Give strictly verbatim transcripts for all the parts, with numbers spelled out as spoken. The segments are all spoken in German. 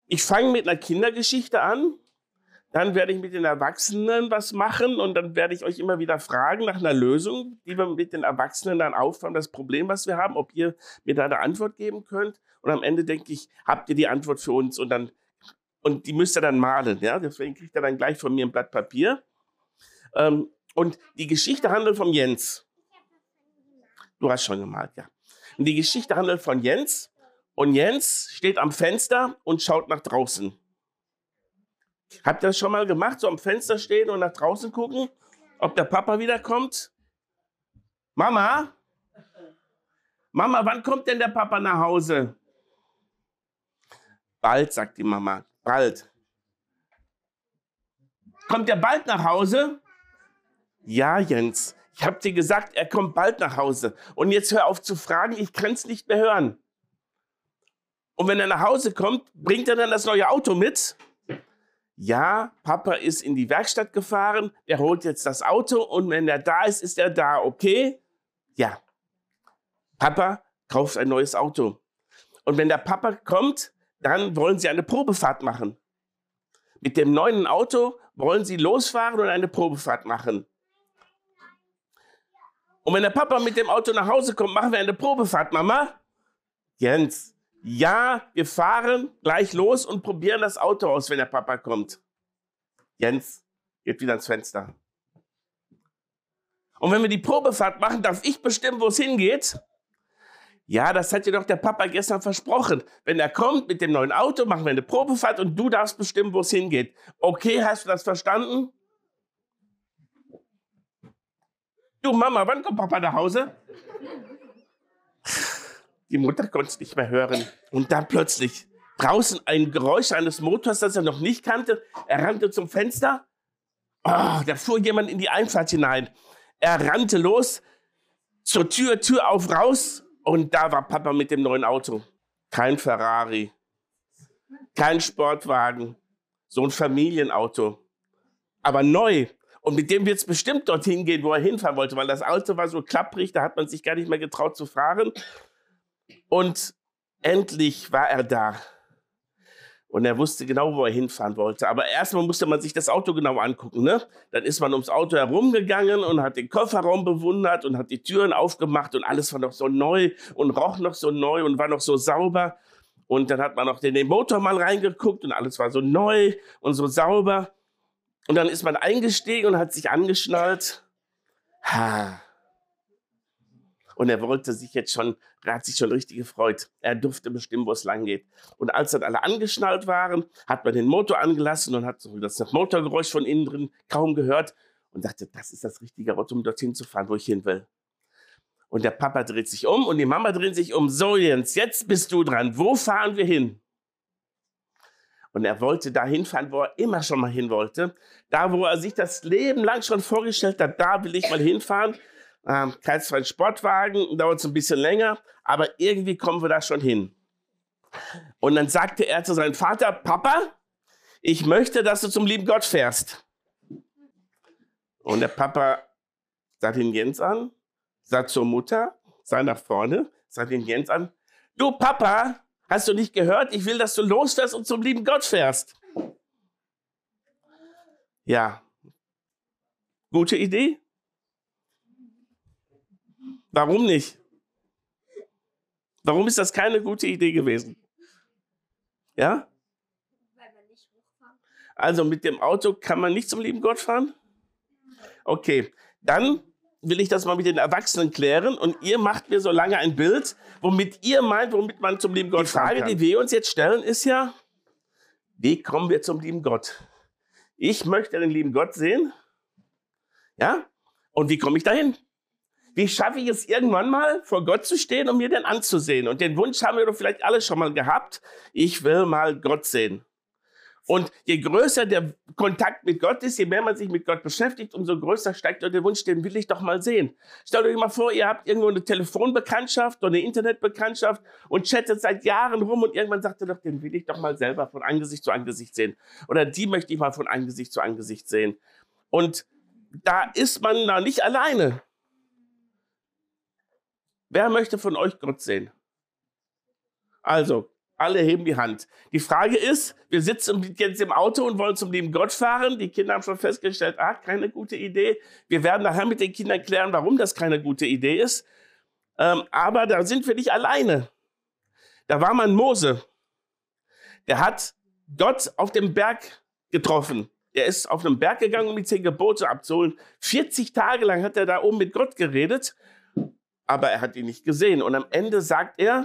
Ich fange mit einer Kindergeschichte an, dann werde ich mit den Erwachsenen was machen und dann werde ich euch immer wieder fragen nach einer Lösung, die wir mit den Erwachsenen dann auffangen, das Problem, was wir haben, ob ihr mir da eine Antwort geben könnt. Und am Ende denke ich, habt ihr die Antwort für uns und dann und die müsst ihr dann malen. Ja? Deswegen kriegt ihr dann gleich von mir ein Blatt Papier. Ähm, und die Geschichte handelt von Jens. Du hast schon gemalt, ja. Und die Geschichte handelt von Jens. Und Jens steht am Fenster und schaut nach draußen. Habt ihr das schon mal gemacht? So am Fenster stehen und nach draußen gucken, ob der Papa wiederkommt? Mama? Mama, wann kommt denn der Papa nach Hause? Bald, sagt die Mama. Bald. Kommt er bald nach Hause? Ja, Jens. Ich habe dir gesagt, er kommt bald nach Hause. Und jetzt hör auf zu fragen, ich kann es nicht mehr hören. Und wenn er nach Hause kommt, bringt er dann das neue Auto mit? Ja, Papa ist in die Werkstatt gefahren, der holt jetzt das Auto und wenn er da ist, ist er da, okay? Ja. Papa kauft ein neues Auto. Und wenn der Papa kommt, dann wollen sie eine Probefahrt machen. Mit dem neuen Auto wollen sie losfahren und eine Probefahrt machen. Und wenn der Papa mit dem Auto nach Hause kommt, machen wir eine Probefahrt, Mama? Jens. Ja, wir fahren gleich los und probieren das Auto aus, wenn der Papa kommt. Jens geht wieder ans Fenster. Und wenn wir die Probefahrt machen, darf ich bestimmen, wo es hingeht? Ja, das hat dir doch der Papa gestern versprochen. Wenn er kommt mit dem neuen Auto, machen wir eine Probefahrt und du darfst bestimmen, wo es hingeht. Okay, hast du das verstanden? Du Mama, wann kommt Papa nach Hause? Die Mutter konnte es nicht mehr hören. Und dann plötzlich draußen ein Geräusch eines Motors, das er noch nicht kannte. Er rannte zum Fenster. Oh, da fuhr jemand in die Einfahrt hinein. Er rannte los, zur Tür, Tür auf, raus. Und da war Papa mit dem neuen Auto. Kein Ferrari, kein Sportwagen, so ein Familienauto. Aber neu. Und mit dem wird es bestimmt dorthin gehen, wo er hinfahren wollte, weil das Auto war so klapprig, da hat man sich gar nicht mehr getraut zu fahren. Und endlich war er da. Und er wusste genau, wo er hinfahren wollte. Aber erstmal musste man sich das Auto genau angucken. Ne? Dann ist man ums Auto herumgegangen und hat den Kofferraum bewundert und hat die Türen aufgemacht und alles war noch so neu und roch noch so neu und war noch so sauber. Und dann hat man noch in den Motor mal reingeguckt und alles war so neu und so sauber. Und dann ist man eingestiegen und hat sich angeschnallt. Ha. Und er wollte sich jetzt schon, er hat sich schon richtig gefreut. Er durfte bestimmen, wo es lang geht. Und als dann alle angeschnallt waren, hat man den Motor angelassen und hat so das Motorgeräusch von innen drin kaum gehört und dachte, das ist das richtige Auto, um dorthin zu fahren, wo ich hin will. Und der Papa dreht sich um und die Mama dreht sich um. So Jens, jetzt bist du dran. Wo fahren wir hin? Und er wollte da hinfahren, wo er immer schon mal hin wollte. Da, wo er sich das Leben lang schon vorgestellt hat, da will ich mal hinfahren. Ähm, kein zwar ein Sportwagen, dauert es ein bisschen länger, aber irgendwie kommen wir da schon hin. Und dann sagte er zu seinem Vater, Papa, ich möchte, dass du zum lieben Gott fährst. Und der Papa sah den Jens an, sah zur Mutter, sah nach vorne, sah den Jens an. Du Papa, hast du nicht gehört? Ich will, dass du losfährst und zum lieben Gott fährst. Ja, gute Idee? Warum nicht? Warum ist das keine gute Idee gewesen? Ja? Weil man nicht hochfahren. Also mit dem Auto kann man nicht zum lieben Gott fahren? Okay, dann will ich das mal mit den Erwachsenen klären und ihr macht mir so lange ein Bild, womit ihr meint, womit man zum lieben Gott fahren kann. Die Frage, die wir uns jetzt stellen, ist ja, wie kommen wir zum lieben Gott? Ich möchte den lieben Gott sehen. Ja? Und wie komme ich dahin? Wie schaffe ich es irgendwann mal, vor Gott zu stehen und mir den anzusehen? Und den Wunsch haben wir doch vielleicht alle schon mal gehabt. Ich will mal Gott sehen. Und je größer der Kontakt mit Gott ist, je mehr man sich mit Gott beschäftigt, umso größer steigt der Wunsch, den will ich doch mal sehen. Stellt euch mal vor, ihr habt irgendwo eine Telefonbekanntschaft oder eine Internetbekanntschaft und chattet seit Jahren rum und irgendwann sagt ihr doch, den will ich doch mal selber von Angesicht zu Angesicht sehen. Oder die möchte ich mal von Angesicht zu Angesicht sehen. Und da ist man da nicht alleine. Wer möchte von euch Gott sehen? Also, Alle heben die Hand. Die Frage ist, wir sitzen jetzt im Auto und wollen zum lieben Gott fahren. Die Kinder haben schon festgestellt, ah, keine gute Idee. Wir werden nachher mit den Kindern klären, warum das keine gute Idee ist. Ähm, aber da sind wir nicht alleine. Da war man Mose. Der hat Gott auf dem Berg getroffen. Er ist auf den Berg gegangen, um die zehn Gebote abzuholen. vierzig Tage lang hat er da oben mit Gott geredet, aber er hat ihn nicht gesehen. Und am Ende sagt er,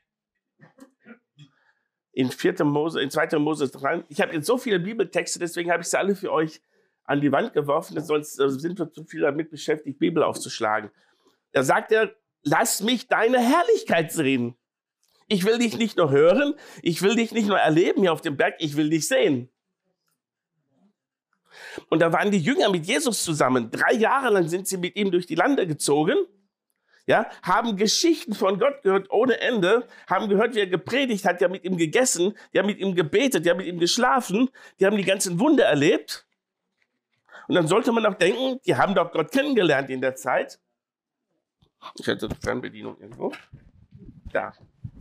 in vierten Mose, in zweiten Mose drei, ich habe jetzt so viele Bibeltexte, deswegen habe ich sie alle für euch an die Wand geworfen, sonst sind wir zu viel damit beschäftigt, Bibel aufzuschlagen. Da sagt er, lass mich deine Herrlichkeit sehen. Ich will dich nicht nur hören, ich will dich nicht nur erleben hier auf dem Berg, ich will dich sehen. Und da waren die Jünger mit Jesus zusammen. Drei Jahre lang sind sie mit ihm durch die Lande gezogen. Ja, haben Geschichten von Gott gehört ohne Ende, haben gehört, wie er gepredigt hat, die haben mit ihm gegessen, die haben mit ihm gebetet, die haben mit ihm geschlafen, die haben die ganzen Wunder erlebt. Und dann sollte man auch denken, die haben doch Gott kennengelernt in der Zeit. Ich hätte die Fernbedienung irgendwo. Da.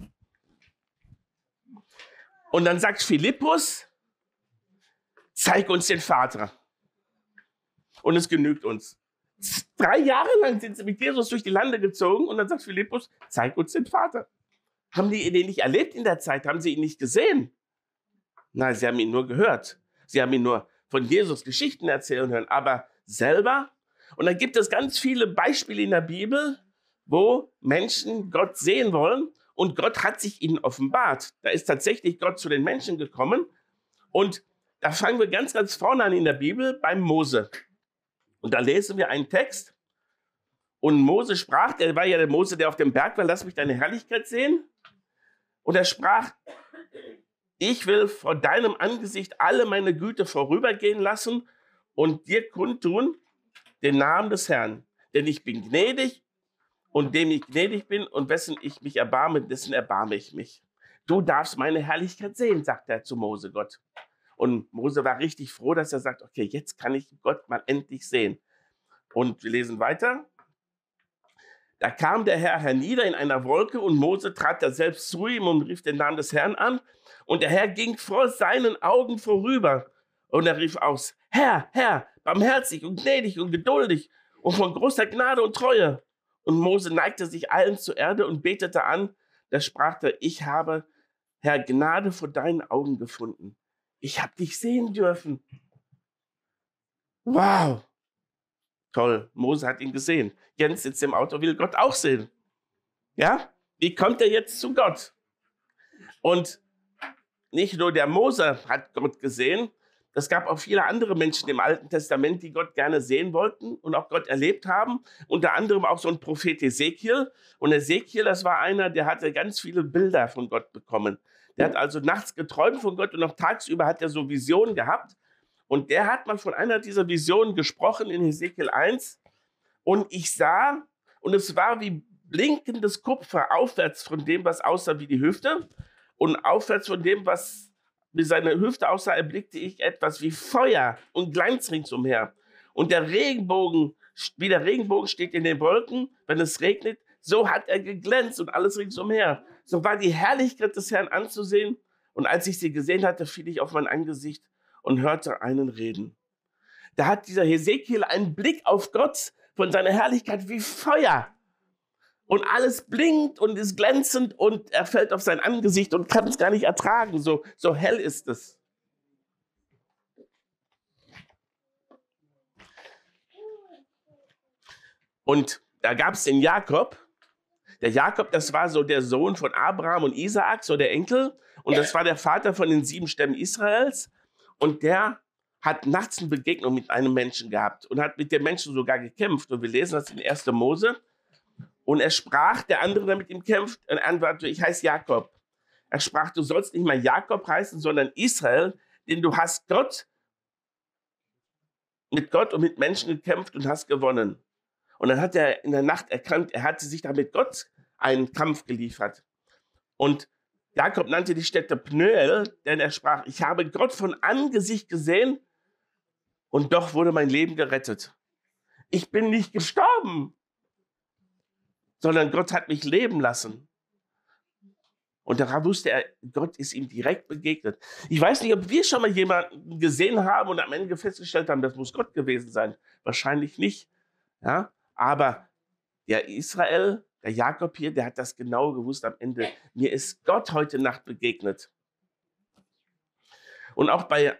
Und dann sagt Philippus, zeig uns den Vater. Und es genügt uns. Drei Jahre lang sind sie mit Jesus durch die Lande gezogen und dann sagt Philippus, zeig uns den Vater. Haben die ihn nicht erlebt in der Zeit? Haben sie ihn nicht gesehen? Nein, sie haben ihn nur gehört. Sie haben ihn nur von Jesus Geschichten erzählen hören, aber selber. Und dann gibt es ganz viele Beispiele in der Bibel, wo Menschen Gott sehen wollen und Gott hat sich ihnen offenbart. Da ist tatsächlich Gott zu den Menschen gekommen und da fangen wir ganz, ganz vorne an in der Bibel beim Mose. Und da lesen wir einen Text. Und Mose sprach, der war ja der Mose, der auf dem Berg war, lass mich deine Herrlichkeit sehen. Und er sprach, ich will vor deinem Angesicht alle meine Güte vorübergehen lassen und dir kundtun den Namen des Herrn. Denn ich bin gnädig und dem ich gnädig bin und wessen ich mich erbarme, dessen erbarme ich mich. Du darfst meine Herrlichkeit sehen, sagt er zu Mose, Gott. Und Mose war richtig froh, dass er sagt, okay, jetzt kann ich Gott mal endlich sehen. Und wir lesen weiter. Da kam der Herr hernieder in einer Wolke und Mose trat da selbst zu ihm und rief den Namen des Herrn an. Und der Herr ging vor seinen Augen vorüber. Und er rief aus, Herr, Herr, barmherzig und gnädig und geduldig und von großer Gnade und Treue. Und Mose neigte sich allen zur Erde und betete an. Da sprach er, ich habe, Herr, Gnade vor deinen Augen gefunden. Ich habe dich sehen dürfen. Wow. Toll, Mose hat ihn gesehen. Jens sitzt im Auto, will Gott auch sehen. Ja? Wie kommt er jetzt zu Gott? Und nicht nur der Mose hat Gott gesehen, es gab auch viele andere Menschen im Alten Testament, die Gott gerne sehen wollten und auch Gott erlebt haben. Unter anderem auch so ein Prophet Ezekiel. Und Ezekiel, das war einer, der hatte ganz viele Bilder von Gott bekommen. Der hat also nachts geträumt von Gott und noch tagsüber hat er so Visionen gehabt. Und der hat mal von einer dieser Visionen gesprochen in Hesekiel eins. Und ich sah, und es war wie blinkendes Kupfer aufwärts von dem, was aussah wie die Hüfte. Und aufwärts von dem, was wie seine Hüfte aussah, erblickte ich etwas wie Feuer und Glanz ringsumher. Und der Regenbogen, wie der Regenbogen steht in den Wolken, wenn es regnet, so hat er geglänzt und alles ringsumher. So war die Herrlichkeit des Herrn anzusehen. Und als ich sie gesehen hatte, fiel ich auf mein Angesicht und hörte einen reden. Da hat dieser Hesekiel einen Blick auf Gott von seiner Herrlichkeit wie Feuer. Und alles blinkt und ist glänzend und er fällt auf sein Angesicht und kann es gar nicht ertragen. So, so hell ist es. Und da gab es den Jakob. Der Jakob, das war so der Sohn von Abraham und Isaak, so der Enkel. Und das war der Vater von den sieben Stämmen Israels. Und der hat nachts eine Begegnung mit einem Menschen gehabt und hat mit dem Menschen sogar gekämpft. Und wir lesen das in erster Mose. Und er sprach, der andere, der mit ihm kämpft, und antwortete, ich heiße Jakob. Er sprach, du sollst nicht mal Jakob heißen, sondern Israel, denn du hast Gott, mit Gott und mit Menschen gekämpft und hast gewonnen. Und dann hat er in der Nacht erkannt, er hatte sich da mit Gott einen Kampf geliefert. Und Jakob nannte die Stätte Pnuel, denn er sprach, ich habe Gott von Angesicht gesehen und doch wurde mein Leben gerettet. Ich bin nicht gestorben, sondern Gott hat mich leben lassen. Und da wusste er, Gott ist ihm direkt begegnet. Ich weiß nicht, ob wir schon mal jemanden gesehen haben und am Ende festgestellt haben, das muss Gott gewesen sein. Wahrscheinlich nicht. Ja? Aber der Israel, der Jakob hier, der hat das genau gewusst am Ende. Mir ist Gott heute Nacht begegnet. Und auch bei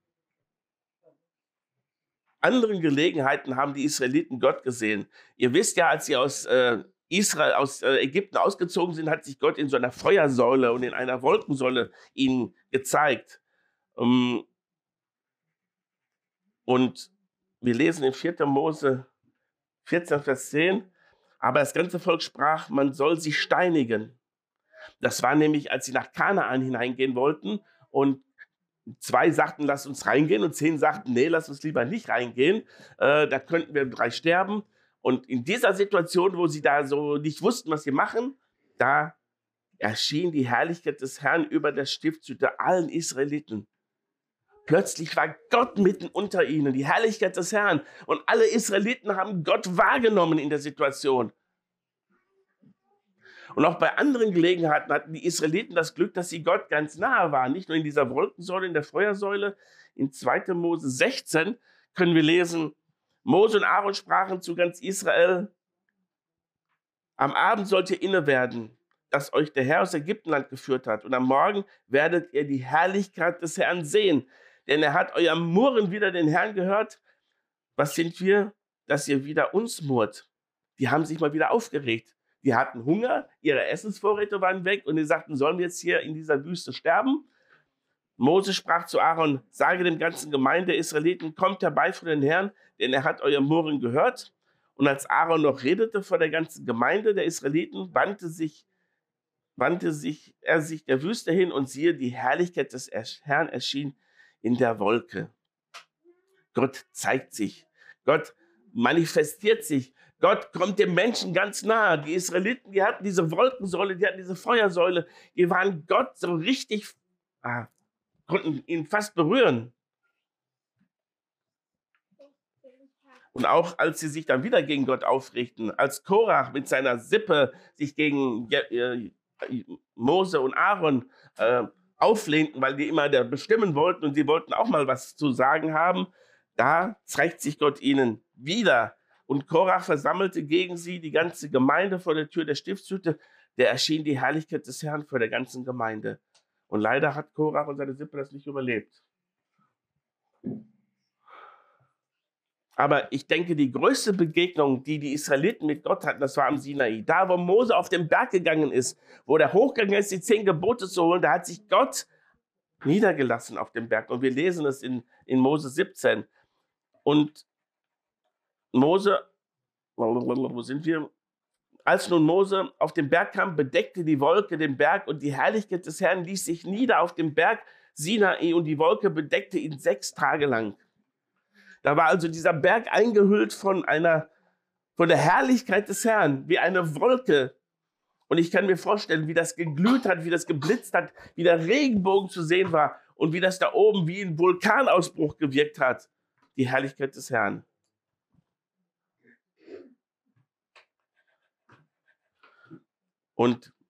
anderen Gelegenheiten haben die Israeliten Gott gesehen. Ihr wisst ja, als sie aus äh, Israel, aus äh, Ägypten ausgezogen sind, hat sich Gott in so einer Feuersäule und in einer Wolkensäule ihnen gezeigt. Um, und wir lesen in vierter Mose vierzehn, Vers zehn, aber das ganze Volk sprach, man soll sie steinigen. Das war nämlich, als sie nach Kanaan hineingehen wollten und zwei sagten, lass uns reingehen und zehn sagten, nee, lass uns lieber nicht reingehen, äh, da könnten wir drei sterben. Und in dieser Situation, wo sie da so nicht wussten, was sie machen, da erschien die Herrlichkeit des Herrn über der Stiftshütte allen Israeliten. Plötzlich war Gott mitten unter ihnen, die Herrlichkeit des Herrn. Und alle Israeliten haben Gott wahrgenommen in der Situation. Und auch bei anderen Gelegenheiten hatten die Israeliten das Glück, dass sie Gott ganz nahe waren. Nicht nur in dieser Wolkensäule, in der Feuersäule. In zweiter Mose sechzehn können wir lesen, Mose und Aaron sprachen zu ganz Israel, am Abend sollt ihr inne werden, dass euch der Herr aus Ägyptenland geführt hat. Und am Morgen werdet ihr die Herrlichkeit des Herrn sehen. Denn er hat euer Murren wieder den Herrn gehört. Was sind wir, dass ihr wieder uns murrt? Die haben sich mal wieder aufgeregt. Die hatten Hunger, ihre Essensvorräte waren weg und die sagten, sollen wir jetzt hier in dieser Wüste sterben? Mose sprach zu Aaron, sage dem ganzen Gemeinde der Israeliten, kommt herbei vor den Herrn, denn er hat euer Murren gehört. Und als Aaron noch redete vor der ganzen Gemeinde der Israeliten, wandte sich, wandte sich er sich der Wüste hin und siehe, die Herrlichkeit des Herrn erschien in der Wolke. Gott zeigt sich, Gott manifestiert sich, Gott kommt dem Menschen ganz nahe. Die Israeliten, die hatten diese Wolkensäule, die hatten diese Feuersäule, die waren Gott so richtig, ah, konnten ihn fast berühren. Und auch als sie sich dann wieder gegen Gott aufrichten, als Korach mit seiner Sippe sich gegen Mose und Aaron äh, auflehnten, weil die immer da bestimmen wollten und sie wollten auch mal was zu sagen haben, da zeigt sich Gott ihnen wieder. Und Korach versammelte gegen sie die ganze Gemeinde vor der Tür der Stiftshütte. Da erschien die Herrlichkeit des Herrn vor der ganzen Gemeinde. Und leider hat Korach und seine Sippe das nicht überlebt. Aber ich denke, die größte Begegnung, die die Israeliten mit Gott hatten, das war am Sinai. Da, wo Mose auf den Berg gegangen ist, wo der hochgegangen ist, die zehn Gebote zu holen, da hat sich Gott niedergelassen auf dem Berg. Und wir lesen es in, in Mose siebzehn. Und Mose, wo sind wir? Als nun Mose auf den Berg kam, bedeckte die Wolke den Berg und die Herrlichkeit des Herrn ließ sich nieder auf dem Berg Sinai und die Wolke bedeckte ihn sechs Tage lang. Da war also dieser Berg eingehüllt von einer, von der Herrlichkeit des Herrn, wie eine Wolke. Und ich kann mir vorstellen, wie das geglüht hat, wie das geblitzt hat, wie der Regenbogen zu sehen war und wie das da oben wie ein Vulkanausbruch gewirkt hat. Die Herrlichkeit des Herrn. Und,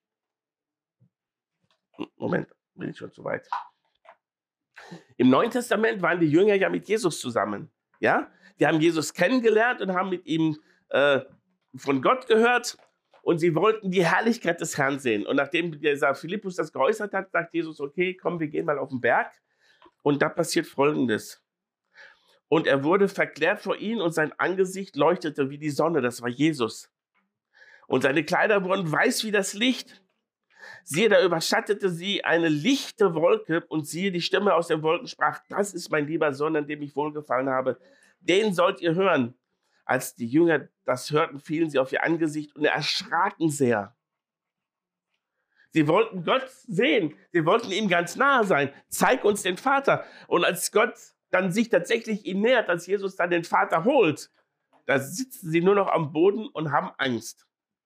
Moment, bin ich schon zu weit. Im Neuen Testament waren die Jünger ja mit Jesus zusammen. Ja? Die haben Jesus kennengelernt und haben mit ihm äh, von Gott gehört und sie wollten die Herrlichkeit des Herrn sehen. Und nachdem dieser Philippus das geäußert hat, sagt Jesus, okay, komm, wir gehen mal auf den Berg. Und da passiert Folgendes. Und er wurde verklärt vor ihnen und sein Angesicht leuchtete wie die Sonne, das war Jesus. Und seine Kleider wurden weiß wie das Licht. Siehe, da überschattete sie eine lichte Wolke und siehe, die Stimme aus den Wolken sprach, das ist mein lieber Sohn, an dem ich wohlgefallen habe. Den sollt ihr hören. Als die Jünger das hörten, fielen sie auf ihr Angesicht und erschraken sehr. Sie wollten Gott sehen. Sie wollten ihm ganz nahe sein. Zeig uns den Vater. Und als Gott dann sich tatsächlich ihm nähert, als Jesus dann den Vater holt, da sitzen sie nur noch am Boden und haben Angst.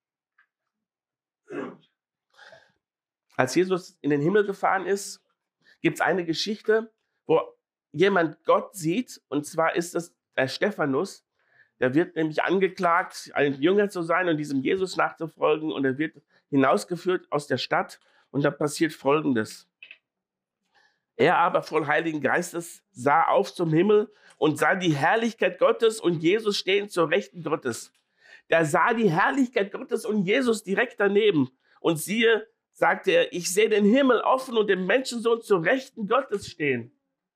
Als Jesus in den Himmel gefahren ist, gibt es eine Geschichte, wo jemand Gott sieht, und zwar ist es der Stephanus. Der wird nämlich angeklagt, ein Jünger zu sein und diesem Jesus nachzufolgen, und er wird hinausgeführt aus der Stadt Und da passiert Folgendes. Er aber voll Heiligen Geistes sah auf zum Himmel und sah die Herrlichkeit Gottes und Jesus stehen zur Rechten Gottes. Der sah die Herrlichkeit Gottes und Jesus direkt daneben. Und siehe, sagte er, ich sehe den Himmel offen und den Menschensohn zur Rechten Gottes stehen.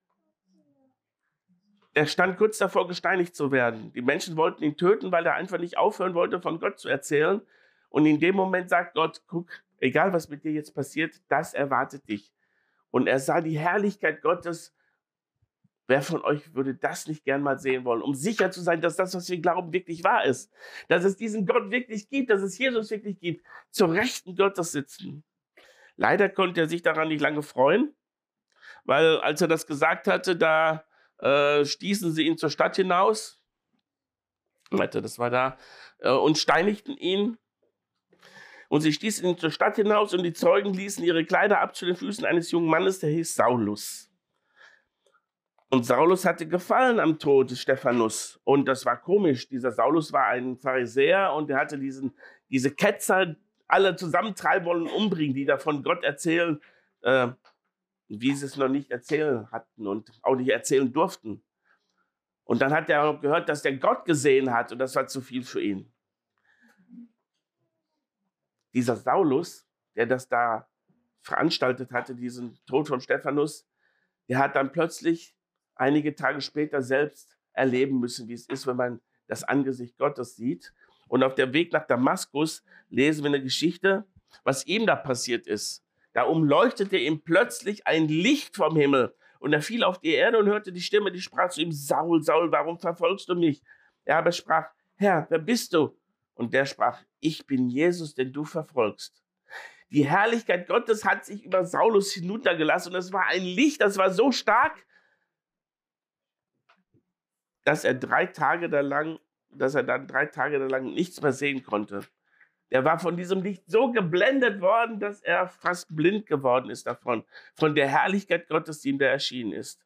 Er stand kurz davor, gesteinigt zu werden. Die Menschen wollten ihn töten, weil er einfach nicht aufhören wollte, von Gott zu erzählen. Und in dem Moment sagt Gott, guck, egal was mit dir jetzt passiert, das erwartet dich. Und er sah die Herrlichkeit Gottes. Wer von euch würde das nicht gern mal sehen wollen, um sicher zu sein, dass das, was wir glauben, wirklich wahr ist? Dass es diesen Gott wirklich gibt, dass es Jesus wirklich gibt, zur Rechten Gottes sitzen. Leider konnte er sich daran nicht lange freuen, weil als er das gesagt hatte, da äh, stießen sie ihn zur Stadt hinaus. Warte, das war da. Äh, und steinigten ihn. Und sie stießen ihn zur Stadt hinaus und die Zeugen ließen ihre Kleider ab zu den Füßen eines jungen Mannes, der hieß Saulus. Und Saulus hatte Gefallen am Tod des Stephanus. Und das war komisch. Dieser Saulus war ein Pharisäer und er hatte diesen, diese Ketzer alle zusammentreiben wollen und umbringen, die da von Gott erzählen, äh, wie sie es noch nicht erzählen hatten und auch nicht erzählen durften. Und dann hat er auch gehört, dass der Gott gesehen hat und das war zu viel für ihn. Dieser Saulus, der das da veranstaltet hatte, diesen Tod von Stephanus, der hat dann plötzlich einige Tage später selbst erleben müssen, wie es ist, wenn man das Angesicht Gottes sieht. Und auf dem Weg nach Damaskus lesen wir eine Geschichte, was ihm da passiert ist. Da umleuchtete ihm plötzlich ein Licht vom Himmel. Und er fiel auf die Erde und hörte die Stimme, die sprach zu ihm, Saul, Saul, warum verfolgst du mich? Er aber sprach, Herr, wer bist du? Und der sprach, ich bin Jesus, den du verfolgst. Die Herrlichkeit Gottes hat sich über Saulus hinuntergelassen und es war ein Licht, das war so stark, dass er drei Tage da lang, dass er dann drei Tage lang nichts mehr sehen konnte. Er war von diesem Licht so geblendet worden, dass er fast blind geworden ist davon, von der Herrlichkeit Gottes, die ihm da erschienen ist.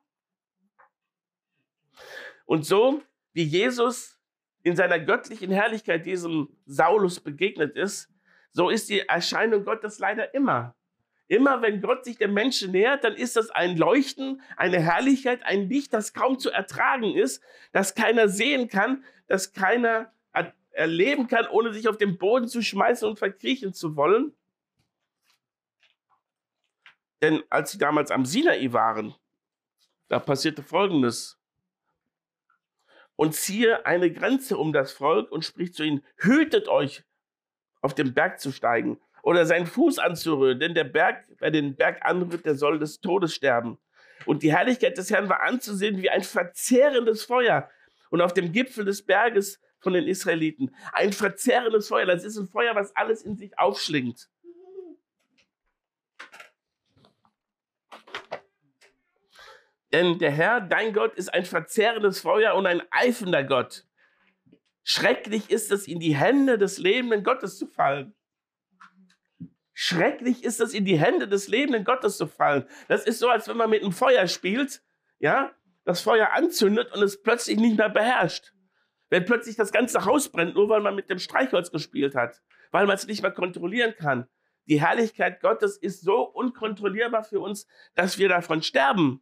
Und so wie Jesus in seiner göttlichen Herrlichkeit diesem Saulus begegnet ist, so ist die Erscheinung Gottes leider immer. Immer wenn Gott sich dem Menschen nähert, dann ist das ein Leuchten, eine Herrlichkeit, ein Licht, das kaum zu ertragen ist, das keiner sehen kann, das keiner erleben kann, ohne sich auf den Boden zu schmeißen und verkriechen zu wollen. Denn als sie damals am Sinai waren, da passierte Folgendes. Und ziehe eine Grenze um das Volk und spricht zu ihnen, hütet euch, auf den Berg zu steigen oder seinen Fuß anzurühren, denn der Berg, wer den Berg anrührt, der soll des Todes sterben. Und die Herrlichkeit des Herrn war anzusehen wie ein verzehrendes Feuer. Und auf dem Gipfel des Berges von den Israeliten ein verzehrendes Feuer, das ist ein Feuer, was alles in sich aufschlingt. Denn der Herr, dein Gott, ist ein verzehrendes Feuer und ein eifender Gott. Schrecklich ist es, in die Hände des lebenden Gottes zu fallen. Schrecklich ist es, in die Hände des lebenden Gottes zu fallen. Das ist so, als wenn man mit einem Feuer spielt, ja, das Feuer anzündet und es plötzlich nicht mehr beherrscht. Wenn plötzlich das ganze Haus brennt, nur weil man mit dem Streichholz gespielt hat, weil man es nicht mehr kontrollieren kann. Die Herrlichkeit Gottes ist so unkontrollierbar für uns, dass wir davon sterben.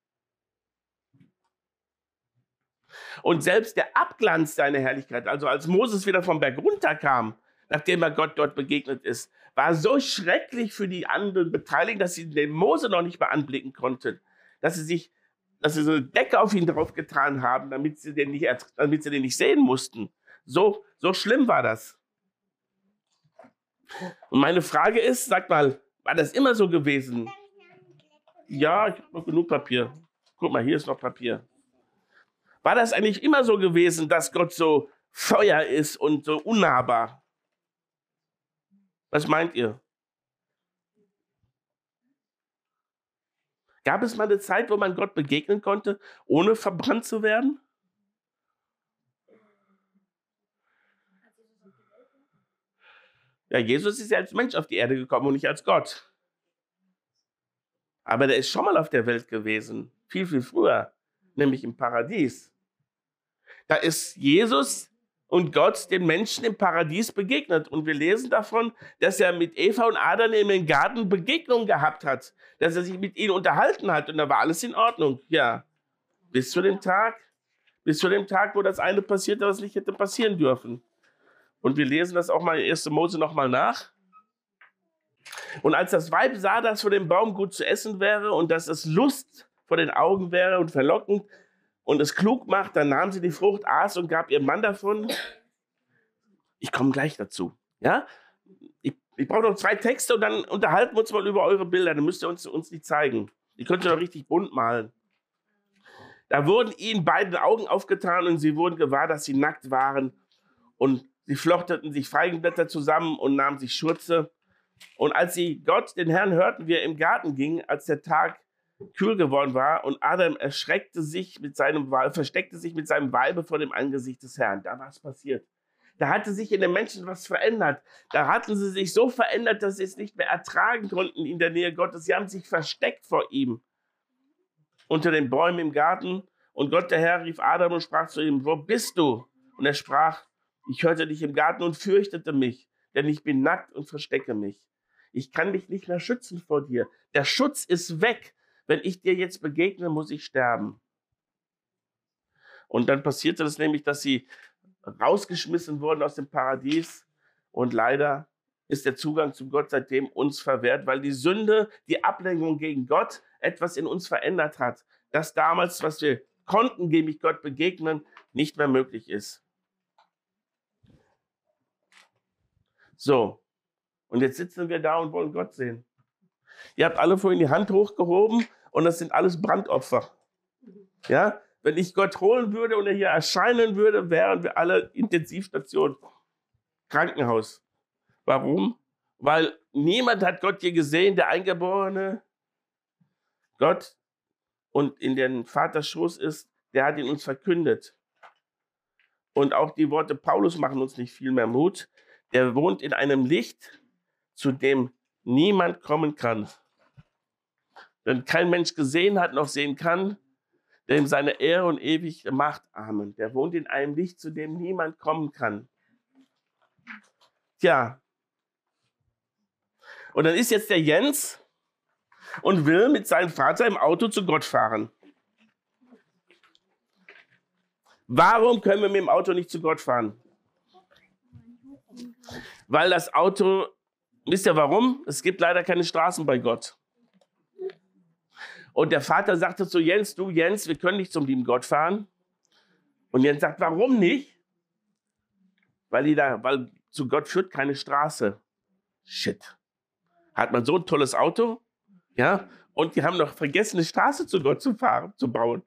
Und selbst der Abglanz seiner Herrlichkeit, also als Moses wieder vom Berg runterkam, nachdem er Gott dort begegnet ist, war so schrecklich für die anderen Beteiligten, dass sie den Mose noch nicht mehr anblicken konnten, dass sie sich, dass sie so eine Decke auf ihn draufgetan haben, damit sie den nicht, damit sie den nicht sehen mussten. So, so schlimm war das. Und meine Frage ist, sag mal, war das immer so gewesen? Ja, ich habe noch genug Papier. Guck mal, hier ist noch Papier. War das eigentlich immer so gewesen, dass Gott so Feuer ist und so unnahbar? Was meint ihr? Gab es mal eine Zeit, wo man Gott begegnen konnte, ohne verbrannt zu werden? Ja, Jesus ist ja als Mensch auf die Erde gekommen und nicht als Gott. Aber der ist schon mal auf der Welt gewesen, viel, viel früher, nämlich im Paradies. Da ist Jesus und Gott den Menschen im Paradies begegnet. Und wir lesen davon, dass er mit Eva und Adam in den Garten Begegnung gehabt hat, dass er sich mit ihnen unterhalten hat und da war alles in Ordnung. Ja, bis zu dem Tag, bis zu dem Tag, wo das eine passierte, was nicht hätte passieren dürfen. Und wir lesen das auch mal in erster Mose nochmal nach. Und als das Weib sah, dass vor dem Baum gut zu essen wäre und dass es Lust vor den Augen wäre und verlockend und es klug macht, dann nahm sie die Frucht, aß und gab ihrem Mann davon. Ich komme gleich dazu. Ja? Ich, ich brauche noch zwei Texte und dann unterhalten wir uns mal über eure Bilder. Dann müsst ihr uns, uns die zeigen. Die könnt ihr doch richtig bunt malen. Da wurden ihnen beide Augen aufgetan und sie wurden gewahr, dass sie nackt waren. Und sie flochteten sich Feigenblätter zusammen und nahmen sich Schurze. Und als sie Gott, den Herrn, hörten, wie er im Garten ging, als der Tag kühl geworden war und Adam erschreckte sich mit seinem, versteckte sich mit seinem Weibe vor dem Angesicht des Herrn. Da war es passiert. Da hatte sich in den Menschen was verändert. Da hatten sie sich so verändert, dass sie es nicht mehr ertragen konnten in der Nähe Gottes. Sie haben sich versteckt vor ihm unter den Bäumen im Garten. Und Gott, der Herr, rief Adam und sprach zu ihm, wo bist du? Und er sprach, ich hörte dich im Garten und fürchtete mich, denn ich bin nackt und verstecke mich. Ich kann mich nicht mehr schützen vor dir. Der Schutz ist weg. Wenn ich dir jetzt begegne, muss ich sterben. Und dann passierte das nämlich, dass sie rausgeschmissen wurden aus dem Paradies. Und leider ist der Zugang zu Gott seitdem uns verwehrt, weil die Sünde, die Ablenkung gegen Gott etwas in uns verändert hat. Das damals, was wir konnten, nämlich Gott begegnen, nicht mehr möglich ist. So, und jetzt sitzen wir da und wollen Gott sehen. Ihr habt alle vorhin die Hand hochgehoben und das sind alles Brandopfer. Ja, wenn ich Gott holen würde und er hier erscheinen würde, wären wir alle Intensivstation, Krankenhaus. Warum? Weil niemand hat Gott je gesehen, der Eingeborene Gott und in den Vaters Schoß ist, der hat ihn uns verkündet. Und auch die Worte Paulus machen uns nicht viel mehr Mut. Der wohnt in einem Licht, zu dem niemand kommen kann. Denn kein Mensch gesehen hat, noch sehen kann, der ihm seine Ehre und ewige Macht. Amen. Der wohnt in einem Licht, zu dem niemand kommen kann. Tja. Und dann ist jetzt der Jens und will mit seinem Vater im Auto zu Gott fahren. Warum können wir mit dem Auto nicht zu Gott fahren? Weil das Auto, wisst ihr warum? Es gibt leider keine Straßen bei Gott. Und der Vater sagte zu Jens, du Jens, wir können nicht zum lieben Gott fahren. Und Jens sagt, warum nicht? Weil, die da, weil zu Gott führt keine Straße. Shit. Hat man so ein tolles Auto? Ja? Und die haben noch vergessen, eine Straße zu Gott zu fahren, zu bauen.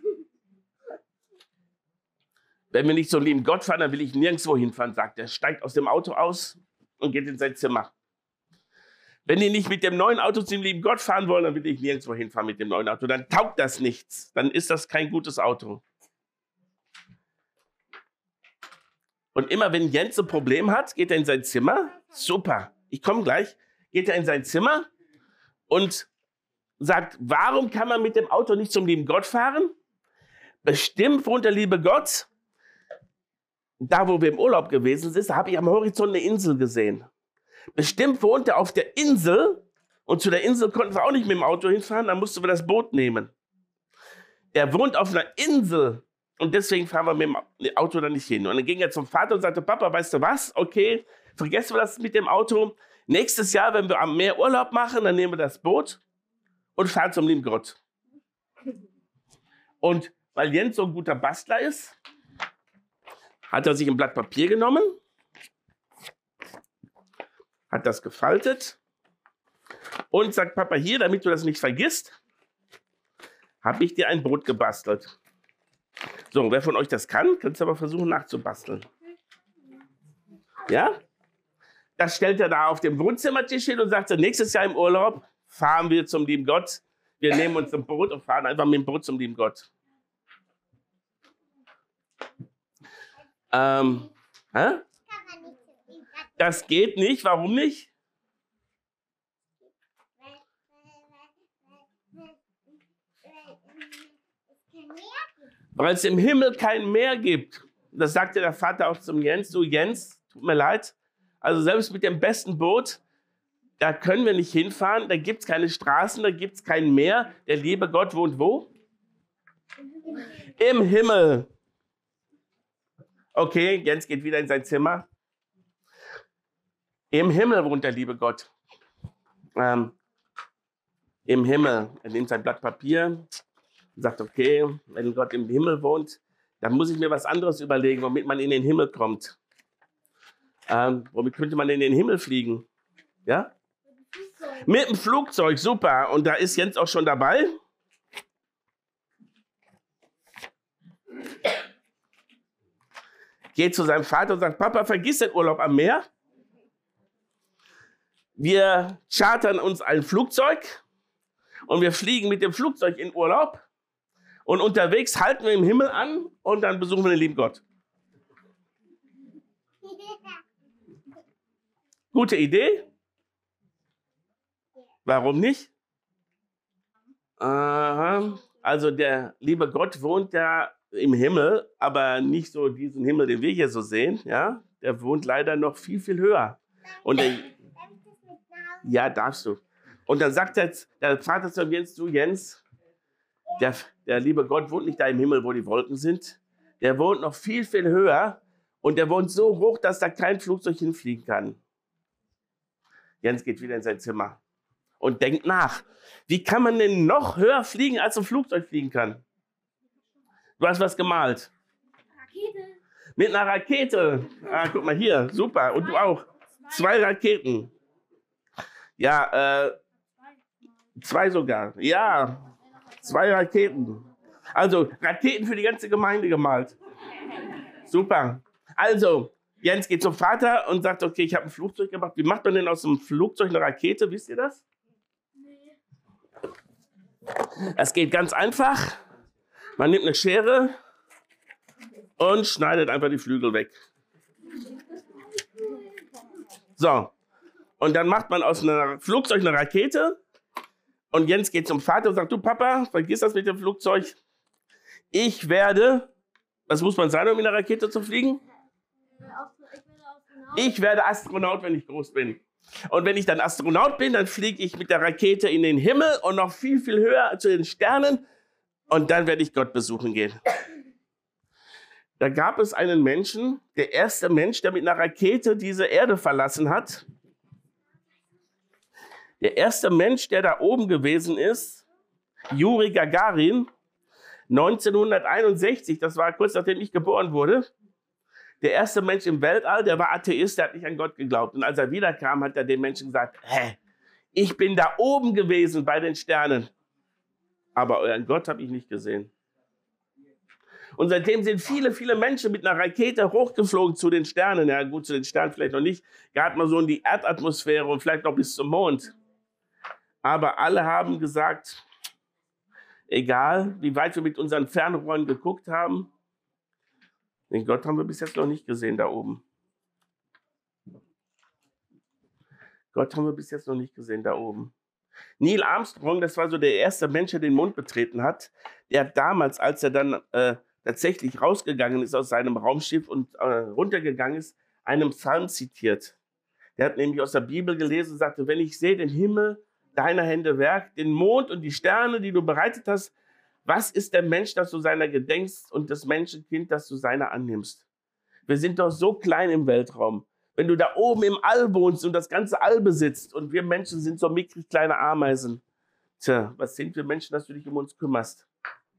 Wenn wir nicht zum lieben Gott fahren, dann will ich nirgendwo hinfahren, sagt er. Steigt aus dem Auto aus und geht in sein Zimmer. Wenn die nicht mit dem neuen Auto zum lieben Gott fahren wollen, dann will ich nirgendwo hinfahren mit dem neuen Auto. Dann taugt das nichts. Dann ist das kein gutes Auto. Und immer wenn Jens ein Problem hat, geht er in sein Zimmer. Super, ich komme gleich. Geht er in sein Zimmer und sagt, warum kann man mit dem Auto nicht zum lieben Gott fahren? Bestimmt wohnt der liebe Gott. Da, wo wir im Urlaub gewesen sind, habe ich am Horizont eine Insel gesehen. Bestimmt wohnt er auf der Insel und zu der Insel konnten wir auch nicht mit dem Auto hinfahren, dann mussten wir das Boot nehmen. Er wohnt auf einer Insel und deswegen fahren wir mit dem Auto da nicht hin. Und dann ging er zum Vater und sagte, Papa, weißt du was? Okay, vergessen wir das mit dem Auto. Nächstes Jahr, wenn wir am Meer Urlaub machen, dann nehmen wir das Boot und fahren zum lieben Gott. Und weil Jens so ein guter Bastler ist, hat er sich ein Blatt Papier genommen, hat das gefaltet und sagt, Papa, hier, damit du das nicht vergisst, habe ich dir ein Boot gebastelt. So, wer von euch das kann, kann es aber versuchen nachzubasteln. Ja? Das stellt er da auf dem Wohnzimmertisch hin und sagt, nächstes Jahr im Urlaub fahren wir zum lieben Gott. Wir nehmen uns ein Boot und fahren einfach mit dem Boot zum lieben Gott. Ähm, hä? Das geht nicht. Warum nicht? Weil es im Himmel kein Meer gibt. das sagte der Vater auch zum Jens, du Jens, tut mir leid, also selbst mit dem besten Boot, da können wir nicht hinfahren, da gibt es keine Straßen, da gibt es kein Meer. Der liebe Gott wohnt wo? Im Himmel. Okay, Jens geht wieder in sein Zimmer. Im Himmel wohnt der liebe Gott. Ähm, Im Himmel. Er nimmt sein Blatt Papier und sagt, okay, wenn Gott im Himmel wohnt, dann muss ich mir was anderes überlegen, womit man in den Himmel kommt. Ähm, womit könnte man in den Himmel fliegen? Ja? Mit dem Flugzeug, super. Und da ist Jens auch schon dabei. Geht zu seinem Vater und sagt, Papa, vergiss den Urlaub am Meer. Wir chartern uns ein Flugzeug und wir fliegen mit dem Flugzeug in Urlaub. Und unterwegs halten wir im Himmel an und dann besuchen wir den lieben Gott. Gute Idee? Warum nicht? Aha. Also der liebe Gott wohnt ja im Himmel, aber nicht so diesen Himmel, den wir hier so sehen. Ja? Der wohnt leider noch viel, viel höher. Und der, ja, darfst du. Und dann sagt jetzt der Vater zu Jens, du Jens, der, der liebe Gott wohnt nicht da im Himmel, wo die Wolken sind. Der wohnt noch viel, viel höher und der wohnt so hoch, dass da kein Flugzeug hinfliegen kann. Jens geht wieder in sein Zimmer und denkt nach. Wie kann man denn noch höher fliegen, als ein Flugzeug fliegen kann? Du hast was gemalt. Rakete. Mit einer Rakete. Ah, guck mal hier, super. Und du auch. Zwei Raketen. Ja, äh, zwei sogar. Ja, zwei Raketen. Also Raketen für die ganze Gemeinde gemalt. Super. Also, Jens geht zum Vater und sagt, okay, ich habe ein Flugzeug gemacht. Wie macht man denn aus einem Flugzeug eine Rakete? Wisst ihr das? Nee. Das geht ganz einfach. Man nimmt eine Schere und schneidet einfach die Flügel weg. So. Und dann macht man aus einem Flugzeug eine Rakete. Und Jens geht zum Vater und sagt, du Papa, vergiss das mit dem Flugzeug. Ich werde, was muss man sein, um in einer Rakete zu fliegen? Ich werde Astronaut, wenn ich groß bin. Und wenn ich dann Astronaut bin, dann fliege ich mit der Rakete in den Himmel und noch viel, viel höher zu den Sternen. Und dann werde ich Gott besuchen gehen. Da gab es einen Menschen, der erste Mensch, der mit einer Rakete diese Erde verlassen hat. Der erste Mensch, der da oben gewesen ist, Juri Gagarin, neunzehnhunderteinundsechzig, das war kurz nachdem ich geboren wurde. Der erste Mensch im Weltall, der war Atheist, der hat nicht an Gott geglaubt. Und als er wiederkam, hat er den Menschen gesagt, hä, ich bin da oben gewesen bei den Sternen, aber euren Gott habe ich nicht gesehen. Und seitdem sind viele, viele Menschen mit einer Rakete hochgeflogen zu den Sternen. Ja gut, zu den Sternen vielleicht noch nicht, gerade mal so in die Erdatmosphäre und vielleicht noch bis zum Mond. Aber alle haben gesagt, egal wie weit wir mit unseren Fernrohren geguckt haben, den Gott haben wir bis jetzt noch nicht gesehen da oben. Gott haben wir bis jetzt noch nicht gesehen da oben. Neil Armstrong, das war so der erste Mensch, der den Mond betreten hat. Der hat damals, als er dann äh, tatsächlich rausgegangen ist aus seinem Raumschiff und äh, runtergegangen ist, einen Psalm zitiert. Der hat nämlich aus der Bibel gelesen und sagte, wenn ich sehe den Himmel deiner Hände Werk, den Mond und die Sterne, die du bereitet hast, was ist der Mensch, dass du seiner gedenkst und das Menschenkind, dass du seiner annimmst? Wir sind doch so klein im Weltraum. Wenn du da oben im All wohnst und das ganze All besitzt und wir Menschen sind so mickrig kleine Ameisen. Tja, was sind wir Menschen, dass du dich um uns kümmerst?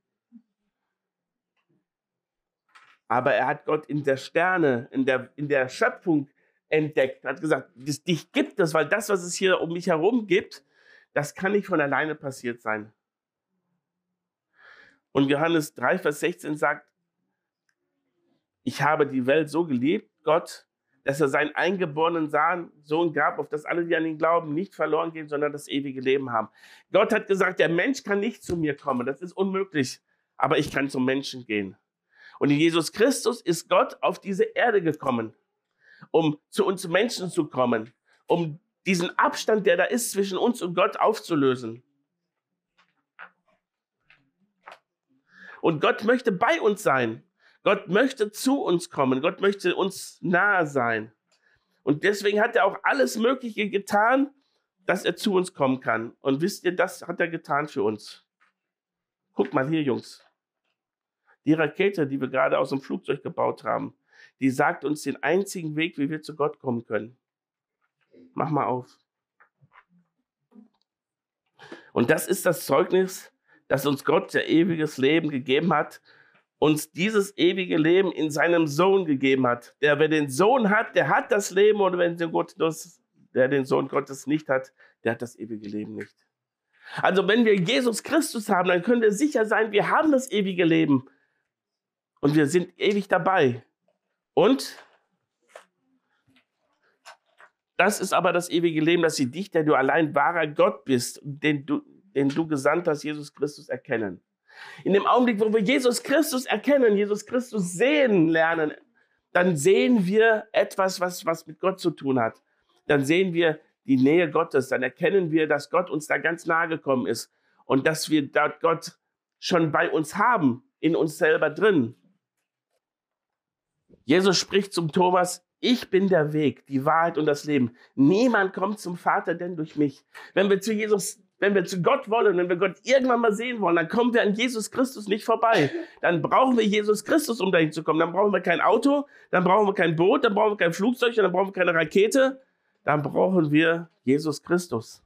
Aber er hat Gott in der Sterne, in der, in der Schöpfung entdeckt. Er hat gesagt, dich gibt es, weil das, was es hier um mich herum gibt, das kann nicht von alleine passiert sein. Und Johannes drei, Vers sechzehn sagt, ich habe die Welt so geliebt, Gott, dass er seinen eingeborenen Sohn gab, auf das alle, die an ihn glauben, nicht verloren gehen, sondern das ewige Leben haben. Gott hat gesagt, der Mensch kann nicht zu mir kommen, das ist unmöglich, aber ich kann zum Menschen gehen. Und in Jesus Christus ist Gott auf diese Erde gekommen, um zu uns Menschen zu kommen, um diesen Abstand, der da ist zwischen uns und Gott, aufzulösen. Und Gott möchte bei uns sein. Gott möchte zu uns kommen. Gott möchte uns nahe sein. Und deswegen hat er auch alles Mögliche getan, dass er zu uns kommen kann. Und wisst ihr, das hat er getan für uns. Guckt mal hier, Jungs. Die Rakete, die wir gerade aus dem Flugzeug gebaut haben, die sagt uns den einzigen Weg, wie wir zu Gott kommen können. Mach mal auf. Und das ist das Zeugnis, dass uns Gott der ewiges Leben gegeben hat, uns dieses ewige Leben in seinem Sohn gegeben hat. Der, wer den Sohn hat, der hat das Leben, oder wenn der, Gott das, der den Sohn Gottes nicht hat, der hat das ewige Leben nicht. Also wenn wir Jesus Christus haben, dann können wir sicher sein, wir haben das ewige Leben und wir sind ewig dabei. Und das ist aber das ewige Leben, dass sie dich, der du allein wahrer Gott bist, den du, den du gesandt hast, Jesus Christus, erkennen. In dem Augenblick, wo wir Jesus Christus erkennen, Jesus Christus sehen lernen, dann sehen wir etwas, was, was mit Gott zu tun hat. Dann sehen wir die Nähe Gottes, dann erkennen wir, dass Gott uns da ganz nahe gekommen ist und dass wir da Gott schon bei uns haben, in uns selber drin. Jesus spricht zum Thomas: Ich bin der Weg, die Wahrheit und das Leben. Niemand kommt zum Vater denn durch mich. Wenn wir zu Jesus, wenn wir zu Gott wollen, wenn wir Gott irgendwann mal sehen wollen, dann kommen wir an Jesus Christus nicht vorbei. Dann brauchen wir Jesus Christus, um dahin zu kommen. Dann brauchen wir kein Auto, dann brauchen wir kein Boot, dann brauchen wir kein Flugzeug, dann brauchen wir keine Rakete. Dann brauchen wir Jesus Christus.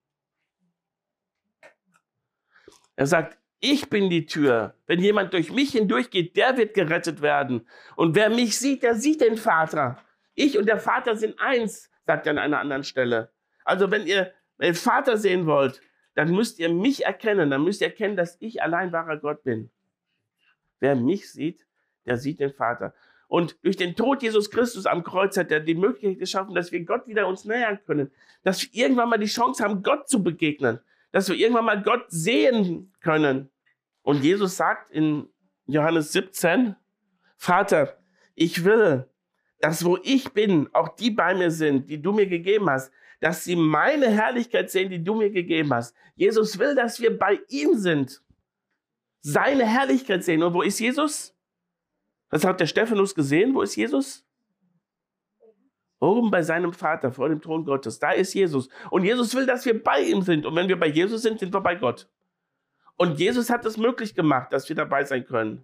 Er sagt: Ich bin die Tür. Wenn jemand durch mich hindurchgeht, der wird gerettet werden. Und wer mich sieht, der sieht den Vater. Ich und der Vater sind eins, sagt er an einer anderen Stelle. Also wenn ihr den Vater sehen wollt, dann müsst ihr mich erkennen. Dann müsst ihr erkennen, dass ich allein wahrer Gott bin. Wer mich sieht, der sieht den Vater. Und durch den Tod Jesus Christus am Kreuz hat er die Möglichkeit geschaffen, dass wir Gott wieder uns nähern können. Dass wir irgendwann mal die Chance haben, Gott zu begegnen. Dass wir irgendwann mal Gott sehen können. Und Jesus sagt in Johannes siebzehn, Vater, ich will, dass wo ich bin, auch die bei mir sind, die du mir gegeben hast, dass sie meine Herrlichkeit sehen, die du mir gegeben hast. Jesus will, dass wir bei ihm sind, seine Herrlichkeit sehen. Und wo ist Jesus? Was hat der Stephanus gesehen? Wo ist Jesus? Oben bei seinem Vater, vor dem Thron Gottes. Da ist Jesus. Und Jesus will, dass wir bei ihm sind. Und wenn wir bei Jesus sind, sind wir bei Gott. Und Jesus hat es möglich gemacht, dass wir dabei sein können.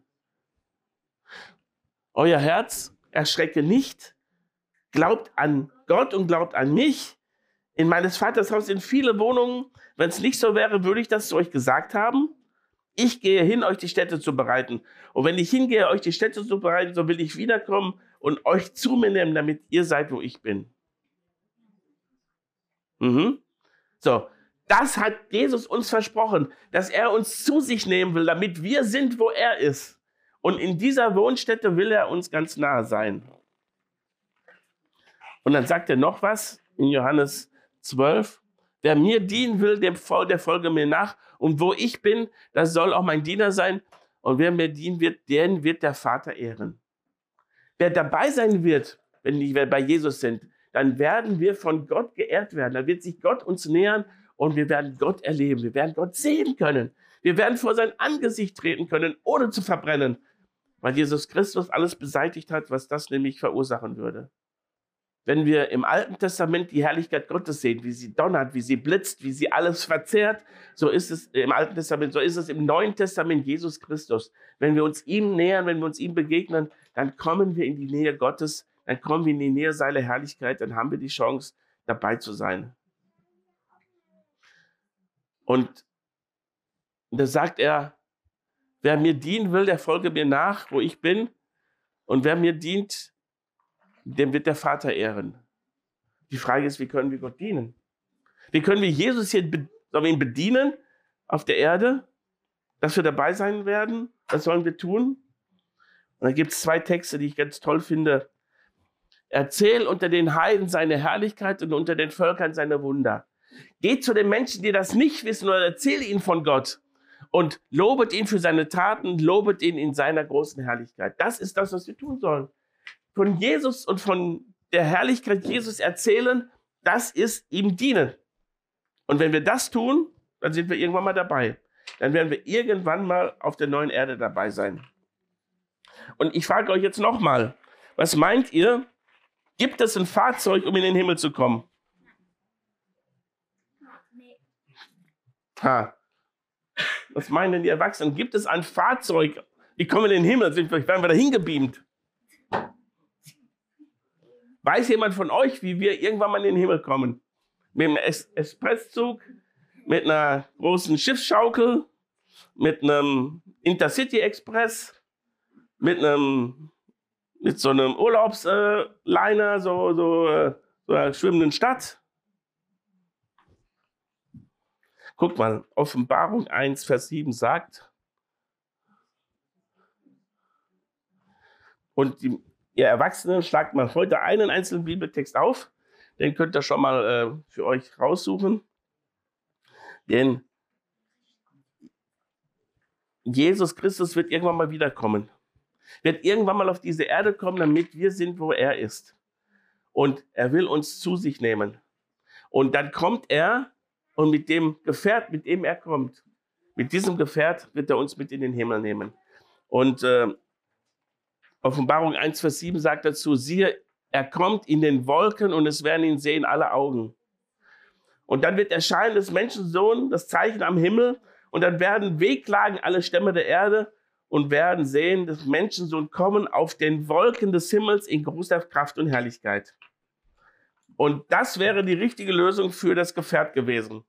Euer Herz erschrecke nicht. Glaubt an Gott und glaubt an mich. In meines Vaters Haus sind viele Wohnungen. Wenn es nicht so wäre, würde ich das zu euch gesagt haben. Ich gehe hin, euch die Städte zu bereiten. Und wenn ich hingehe, euch die Städte zu bereiten, so will ich wiederkommen und euch zu mir nehmen, damit ihr seid, wo ich bin. Mhm. So, das hat Jesus uns versprochen, dass er uns zu sich nehmen will, damit wir sind, wo er ist. Und in dieser Wohnstätte will er uns ganz nahe sein. Und dann sagt er noch was in Johannes zwölf. Wer mir dienen will, dem Fol- der folge mir nach. Und wo ich bin, das soll auch mein Diener sein. Und wer mir dienen wird, den wird der Vater ehren. Wer dabei sein wird, wenn wir bei Jesus sind, dann werden wir von Gott geehrt werden. Dann wird sich Gott uns nähern und wir werden Gott erleben. Wir werden Gott sehen können. Wir werden vor sein Angesicht treten können, ohne zu verbrennen, weil Jesus Christus alles beseitigt hat, was das nämlich verursachen würde. Wenn wir im Alten Testament die Herrlichkeit Gottes sehen, wie sie donnert, wie sie blitzt, wie sie alles verzehrt, so ist es im Alten Testament, so ist es im Neuen Testament Jesus Christus. Wenn wir uns ihm nähern, wenn wir uns ihm begegnen, dann kommen wir in die Nähe Gottes, dann kommen wir in die Nähe seiner Herrlichkeit, dann haben wir die Chance, dabei zu sein. Und da sagt er, wer mir dienen will, der folge mir nach, wo ich bin. Und wer mir dient, dem wird der Vater ehren. Die Frage ist, wie können wir Gott dienen? Wie können wir Jesus hier sollen wir ihn bedienen auf der Erde, dass wir dabei sein werden? Was sollen wir tun? Und dann gibt es zwei Texte, die ich ganz toll finde. Erzähl unter den Heiden seine Herrlichkeit und unter den Völkern seine Wunder. Geht zu den Menschen, die das nicht wissen, oder erzähle ihnen von Gott und lobet ihn für seine Taten, lobet ihn in seiner großen Herrlichkeit. Das ist das, was wir tun sollen. Von Jesus und von der Herrlichkeit Jesus erzählen, das ist ihm dienen. Und wenn wir das tun, dann sind wir irgendwann mal dabei. Dann werden wir irgendwann mal auf der neuen Erde dabei sein. Und ich frage euch jetzt nochmal, was meint ihr, gibt es ein Fahrzeug, um in den Himmel zu kommen? Nee. Ha. Was meinen denn die Erwachsenen? Gibt es ein Fahrzeug, wie kommen wir in den Himmel? Vielleicht werden wir da hingebeamt. Weiß jemand von euch, wie wir irgendwann mal in den Himmel kommen? Mit einem es Expresszug, mit einer großen Schiffsschaukel, mit einem Intercity Express, mit einem mit so einem Urlaubsliner, so, so, äh, so einer schwimmenden Stadt. Guckt mal, Offenbarung eins, Vers sieben sagt, und die, ihr Erwachsenen, schlagt mal heute einen einzelnen Bibeltext auf, den könnt ihr schon mal äh, für euch raussuchen. Denn Jesus Christus wird irgendwann mal wiederkommen. Wird irgendwann mal auf diese Erde kommen, damit wir sind, wo er ist. Und er will uns zu sich nehmen. Und dann kommt er und mit dem Gefährt, mit dem er kommt, mit diesem Gefährt wird er uns mit in den Himmel nehmen. Und äh, Offenbarung eins, Vers sieben sagt dazu, siehe, er kommt in den Wolken und es werden ihn sehen alle Augen. Und dann wird erscheinen des Menschensohn, das Zeichen am Himmel, und dann werden wehklagen alle Stämme der Erde und werden sehen, des Menschensohn kommen auf den Wolken des Himmels in großer Kraft und Herrlichkeit. Und das wäre die richtige Lösung für das Gefährt gewesen.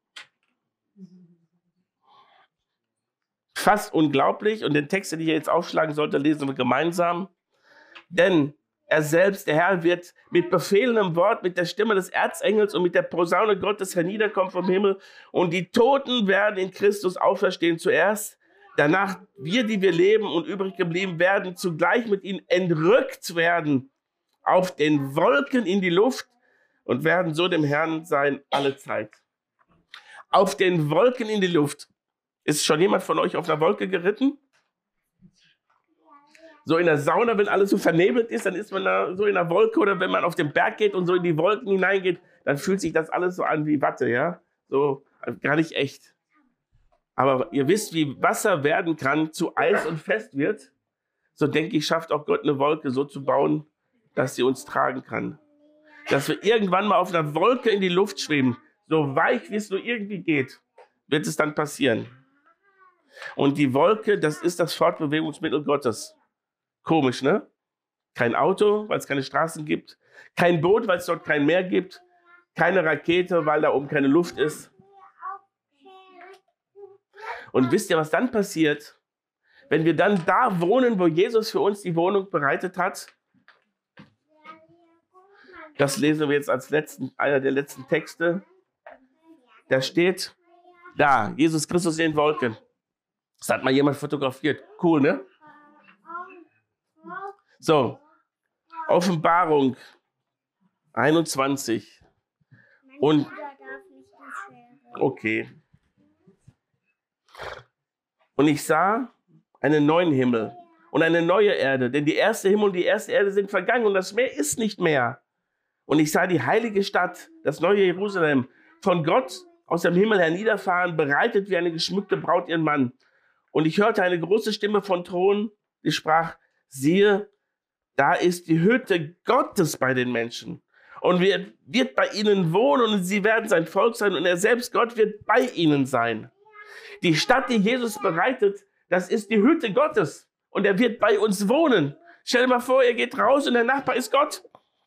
Fast unglaublich. Und den Text, den ich jetzt aufschlagen sollte, lesen wir gemeinsam. Denn er selbst, der Herr, wird mit befehlendem Wort, mit der Stimme des Erzengels und mit der Posaune Gottes herniederkommen vom Himmel. Und die Toten werden in Christus auferstehen zuerst. Danach wir, die wir leben und übrig geblieben werden, zugleich mit ihnen entrückt werden auf den Wolken in die Luft und werden so dem Herrn sein alle Zeit. Auf den Wolken in die Luft. Ist schon jemand von euch auf einer Wolke geritten? So in der Sauna, wenn alles so vernebelt ist, dann ist man da so in der Wolke, oder wenn man auf den Berg geht und so in die Wolken hineingeht, dann fühlt sich das alles so an wie Watte, ja? So, also gar nicht echt. Aber ihr wisst, wie Wasser werden kann, zu Eis und fest wird. So denke ich, schafft auch Gott eine Wolke so zu bauen, dass sie uns tragen kann. Dass wir irgendwann mal auf einer Wolke in die Luft schweben, so weich, wie es nur irgendwie geht, wird es dann passieren. Und die Wolke, das ist das Fortbewegungsmittel Gottes. Komisch, ne? Kein Auto, weil es keine Straßen gibt. Kein Boot, weil es dort kein Meer gibt. Keine Rakete, weil da oben keine Luft ist. Und wisst ihr, was dann passiert? Wenn wir dann da wohnen, wo Jesus für uns die Wohnung bereitet hat. Das lesen wir jetzt als letzten, einer der letzten Texte. Da steht, da, Jesus Christus in den Wolken. Das hat mal jemand fotografiert. Cool, ne? So, Offenbarung einundzwanzig. Und, okay. Und ich sah einen neuen Himmel und eine neue Erde, denn die erste Himmel und die erste Erde sind vergangen und das Meer ist nicht mehr. Und ich sah die heilige Stadt, das neue Jerusalem, von Gott aus dem Himmel herniederfahren, bereitet wie eine geschmückte Braut ihren Mann. Und ich hörte eine große Stimme von Thron, die sprach, siehe, da ist die Hütte Gottes bei den Menschen. Und er wird bei ihnen wohnen und sie werden sein Volk sein und er selbst, Gott, wird bei ihnen sein. Die Stadt, die Jesus bereitet, das ist die Hütte Gottes. Und er wird bei uns wohnen. Stell dir mal vor, ihr geht raus und der Nachbar ist Gott.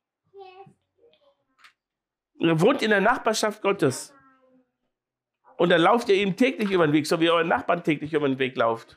Er wohnt in der Nachbarschaft Gottes. Und dann lauft ihr ihm täglich über den Weg, so wie ihr euren Nachbarn täglich über den Weg lauft.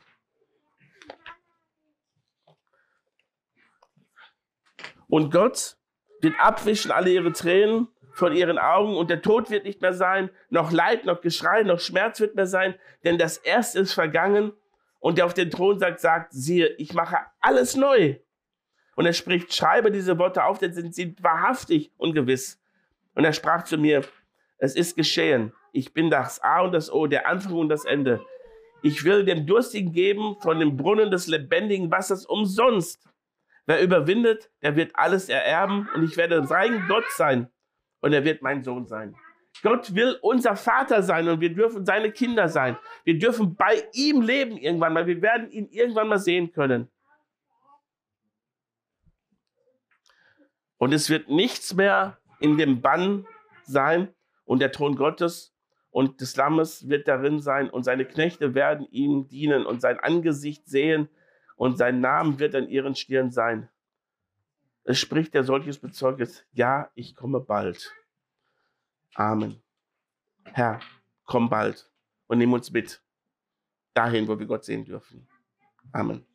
Und Gott wird abwischen alle ihre Tränen von ihren Augen und der Tod wird nicht mehr sein, noch Leid, noch Geschrei, noch Schmerz wird mehr sein, denn das Erste ist vergangen. Und der auf den Thron sagt, sagt, siehe, ich mache alles neu. Und er spricht, schreibe diese Worte auf, denn sind sie wahrhaftig und gewiss. Und er sprach zu mir, es ist geschehen. Ich bin das A und das O, der Anfang und das Ende. Ich will dem Durstigen geben von dem Brunnen des lebendigen Wassers umsonst. Wer überwindet, der wird alles ererben und ich werde sein Gott sein und er wird mein Sohn sein. Gott will unser Vater sein und wir dürfen seine Kinder sein. Wir dürfen bei ihm leben irgendwann mal. Wir werden ihn irgendwann mal sehen können. Und es wird nichts mehr in dem Bann sein und der Thron Gottes und des Lammes wird darin sein und seine Knechte werden ihm dienen und sein Angesicht sehen und sein Name wird an ihren Stirn sein. Es spricht, der solches bezeugt, ja, ich komme bald. Amen. Herr, komm bald und nimm uns mit dahin, wo wir Gott sehen dürfen. Amen.